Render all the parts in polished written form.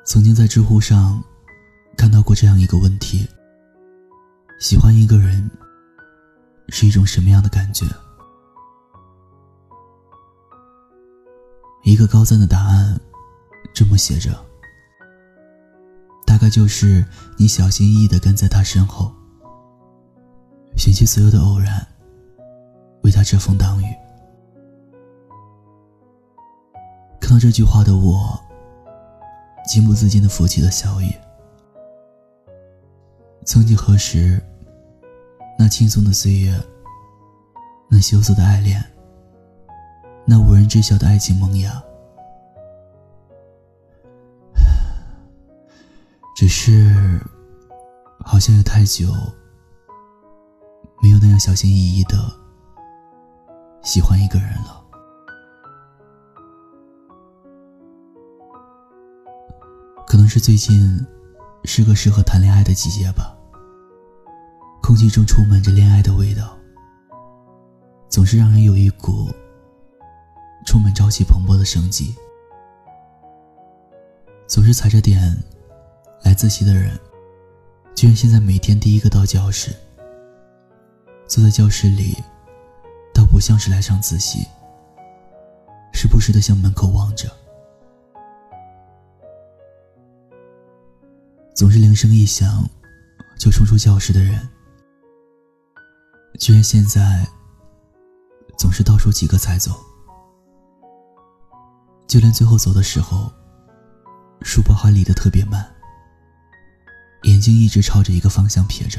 曾经在知乎上看到过这样一个问题：喜欢一个人是一种什么样的感觉？一个高赞的答案这么写着，大概就是你小心翼翼地跟在他身后，嫌弃所有的偶然，为他遮风挡雨。看到这句话的我，情不自禁地浮起了笑意。曾几何时，那轻松的岁月，那羞涩的爱恋，那无人知晓的爱情萌芽，只是好像有太久没有那样小心翼翼地喜欢一个人了。可能是最近是个适合谈恋爱的季节吧，空气中充满着恋爱的味道，总是让人有一股充满朝气蓬勃的生机。总是踩着点来自习的人，居然现在每天第一个到教室，坐在教室里倒不像是来上自习，时不时地向门口望着。总是铃声一响就冲出教室的人，居然现在总是倒数几个才走，就连最后走的时候，书包还理得特别慢，眼睛一直朝着一个方向瞥着。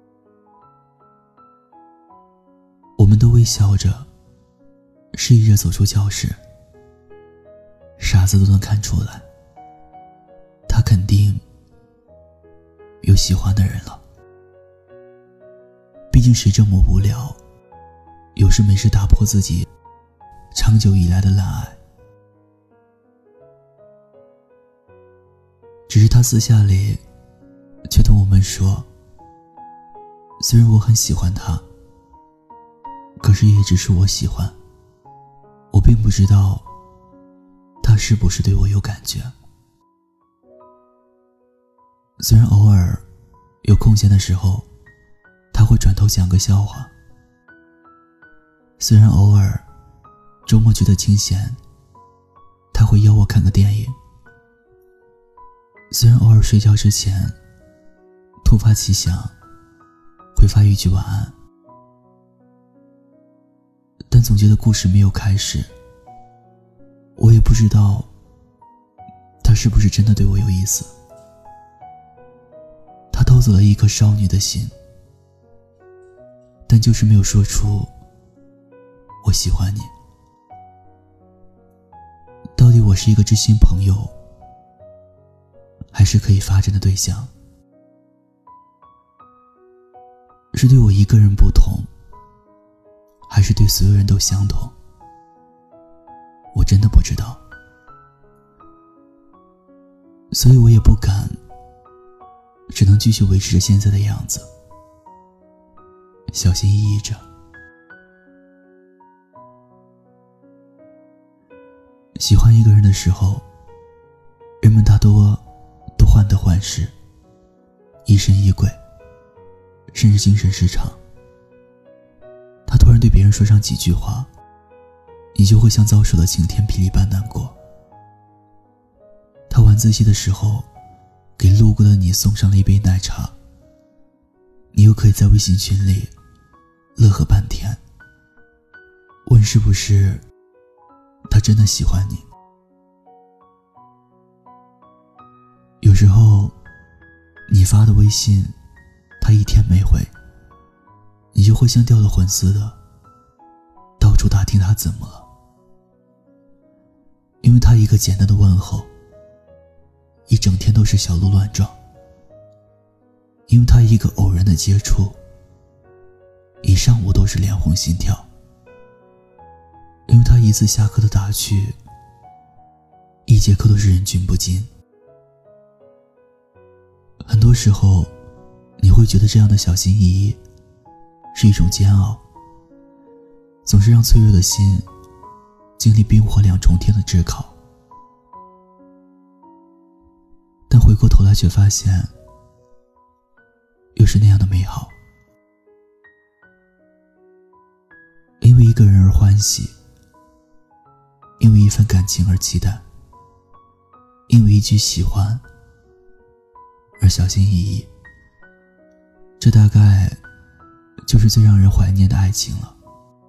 我们都微笑着示意着走出教室，傻子都能看出来，他肯定有喜欢的人了。毕竟谁这么无聊，有事没事打破自己长久以来的烂爱。只是他私下里却同我们说，虽然我很喜欢他，可是也只是我喜欢，我并不知道他是不是对我有感觉。虽然偶尔有空闲的时候，他会转头讲个笑话，虽然偶尔周末觉得清闲，他会邀我看个电影，虽然偶尔睡觉之前突发奇想会发一句晚安，但总觉得故事没有开始。我也不知道他是不是真的对我有意思。他偷走了一颗少女的心，但就是没有说出我喜欢你。到底我是一个知心朋友，还是可以发展的对象？是对我一个人不同，还是对所有人都相同？我真的不知道，所以我也不敢，只能继续维持着现在的样子，小心翼翼着。喜欢一个人的时候，人们大多都患得患失，疑神疑鬼，甚至精神失常。他突然对别人说上几句话，你就会像遭受了晴天霹雳般难过。他晚自习的时候给路过的你送上了一杯奶茶，你又可以在微信群里乐呵半天，问是不是他真的喜欢你。有时候你发的微信他一天没回，你就会像掉了魂似的到处打听他怎么了。因为他一个简单的问候，一整天都是小鹿乱撞。因为他一个偶然的接触，一上午都是脸红心跳。因为他一次下课的打趣，一节课都是忍俊不禁。很多时候你会觉得这样的小心翼翼是一种煎熬，总是让脆弱的心经历冰火两重天的炙烤。 回过头来却发现又是那样的美好。因为一个人而欢喜，因为一份感情而期待，因为一句喜欢而小心翼翼，这大概就是最让人怀念的爱情了。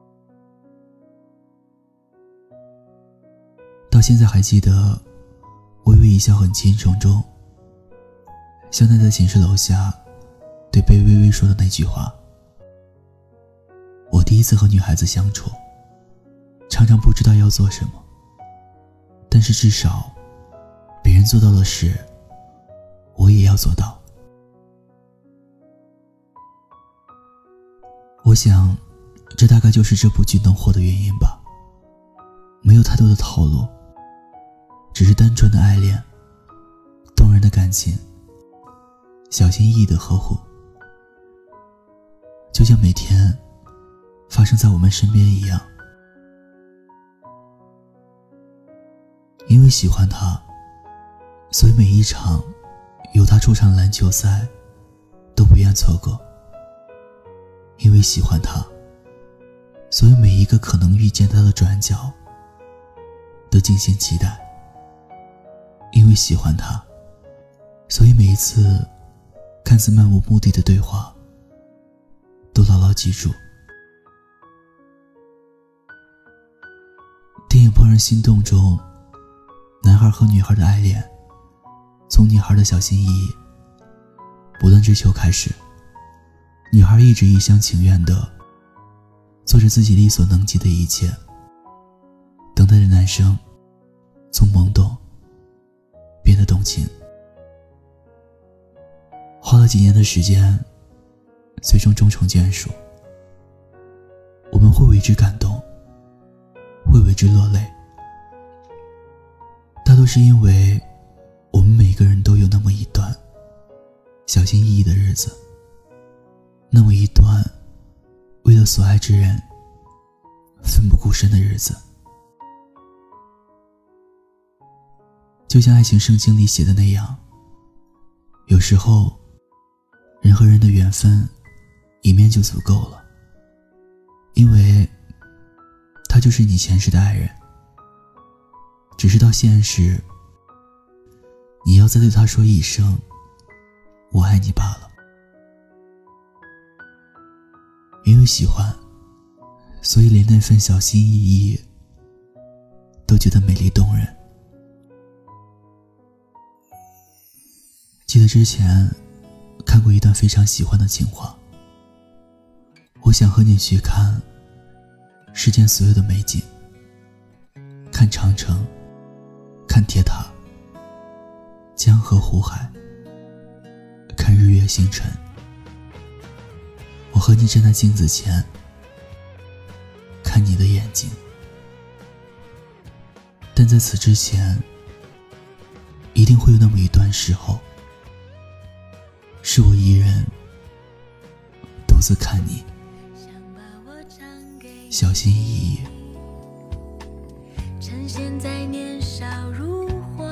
到现在还记得微微一笑很倾城中，香奈在寝室楼下对贝微微说的那句话。我第一次和女孩子相处，常常不知道要做什么，但是至少别人做到的事我也要做到。我想这大概就是这部剧能火的原因吧。没有太多的套路，只是单纯的爱恋，动人的感情，小心翼翼的呵护，就像每天发生在我们身边一样。因为喜欢他，所以每一场由他出场的篮球赛都不愿错过。因为喜欢他，所以每一个可能遇见他的转角都精心期待。因为喜欢他，所以每一次看似漫无目的的对话都牢牢记住。电影《怦然心动》中，男孩和女孩的爱恋从女孩的小心翼翼不断追求开始，女孩一直一厢情愿地做着自己力所能及的一切，等待着男生从懵懂变得动情。花了几年的时间，最终终成眷属。我们会为之感动，会为之落泪，大多是因为我们每个人都有那么一段小心翼翼的日子，那么一段为了所爱之人奋不顾身的日子。就像爱情圣经里写的那样，有时候人和人的缘分一面就足够了，因为他就是你前世的爱人，只是到现实你要再对他说一声我爱你罢了。因为喜欢，所以连那份小心翼翼都觉得美丽动人。记得之前看过一段非常喜欢的情话，我想和你去看世间所有的美景，看长城，看铁塔，江河湖海，看日月星辰。我和你站在镜子前，看你的眼睛，但在此之前，一定会有那么一段时候，是我一人独自看你，小心翼翼， 趁现在年少如花，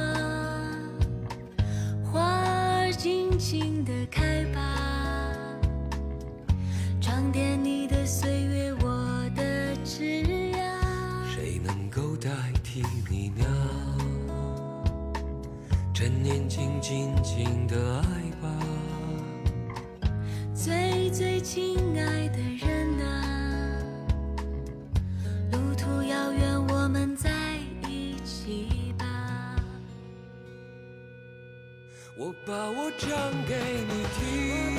花儿尽情地开吧，装点你的岁月，我的枝桠。 谁能够代替你呢？趁年轻尽情的爱吧， 最最亲爱的人啊，路途遥远，我们在一起吧。 我把我唱给你听，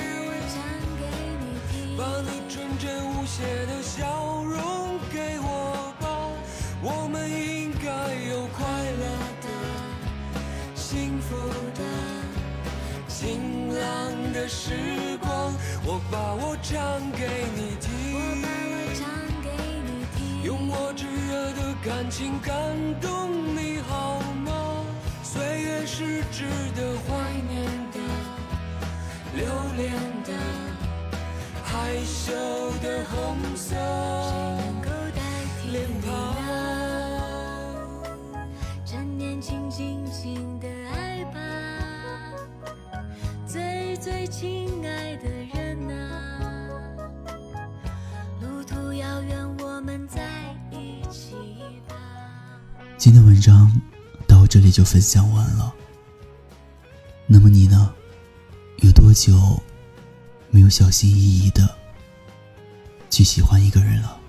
把你纯真无邪的笑容给我吧，我们应该有快乐的、幸福的、晴朗的时光。我把我唱给你听，用我炙热的感情感动你好吗？岁月是值得怀念的、留恋的、害羞的红色脸庞。 趁年轻尽情的爱吧， 亲爱的人啊，路途遥远，我们在一起吧。 今天文章到这里就分享完了。那么你呢？有多久没有小心翼翼的去喜欢一个人了？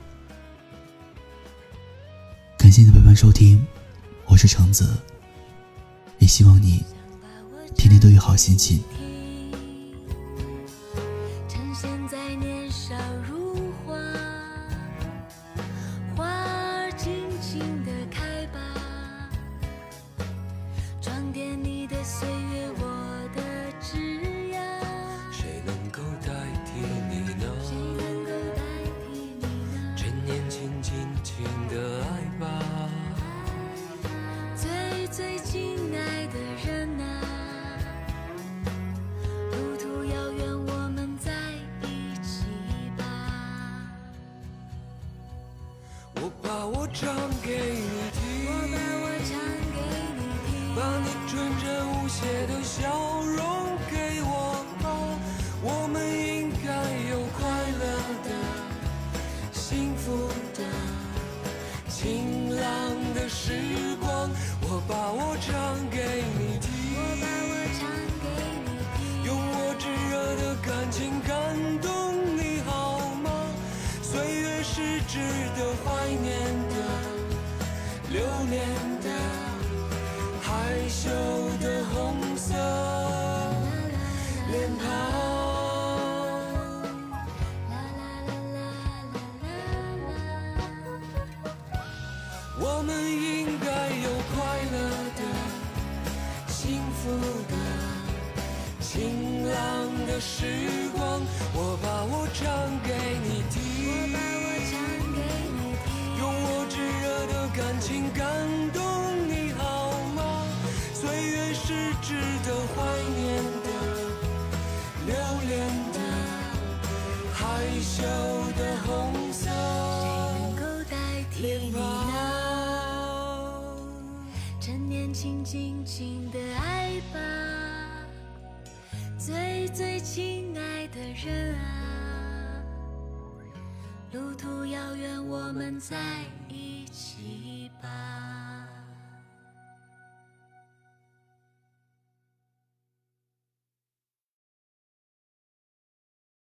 感谢你的陪伴收听，我是橙子，也希望你天天都有好心情。 趁现在年少如花，花儿尽情地开吧，装点你的岁月，我的枝桠。 谁能够代替你呢？ 谁能够代替你呢？ 趁年轻，尽情的爱吧。 最亲爱的人啊，路途遥远，我们在一起吧。 我把我唱给你听， 我把我唱给你听， 把你纯真无邪的笑容给我吧。我们应该有快乐的、幸福的、晴朗的时光。我把我唱给你听， 我把我唱给你听， 用我炙热的感情感动你好吗？岁月是值得怀念的、留恋的、害羞的红色脸庞。我们应该有快乐的、幸福的、晴朗的时光。我把我唱给你听， 我把我唱给你听， 用我炙热的感情感动你好吗？岁月是值得怀念的、留恋的、害羞的红色能够代替你脸庞。 趁年轻，尽情的爱吧，最亲爱的人啊，路途遥远，我们在一起吧。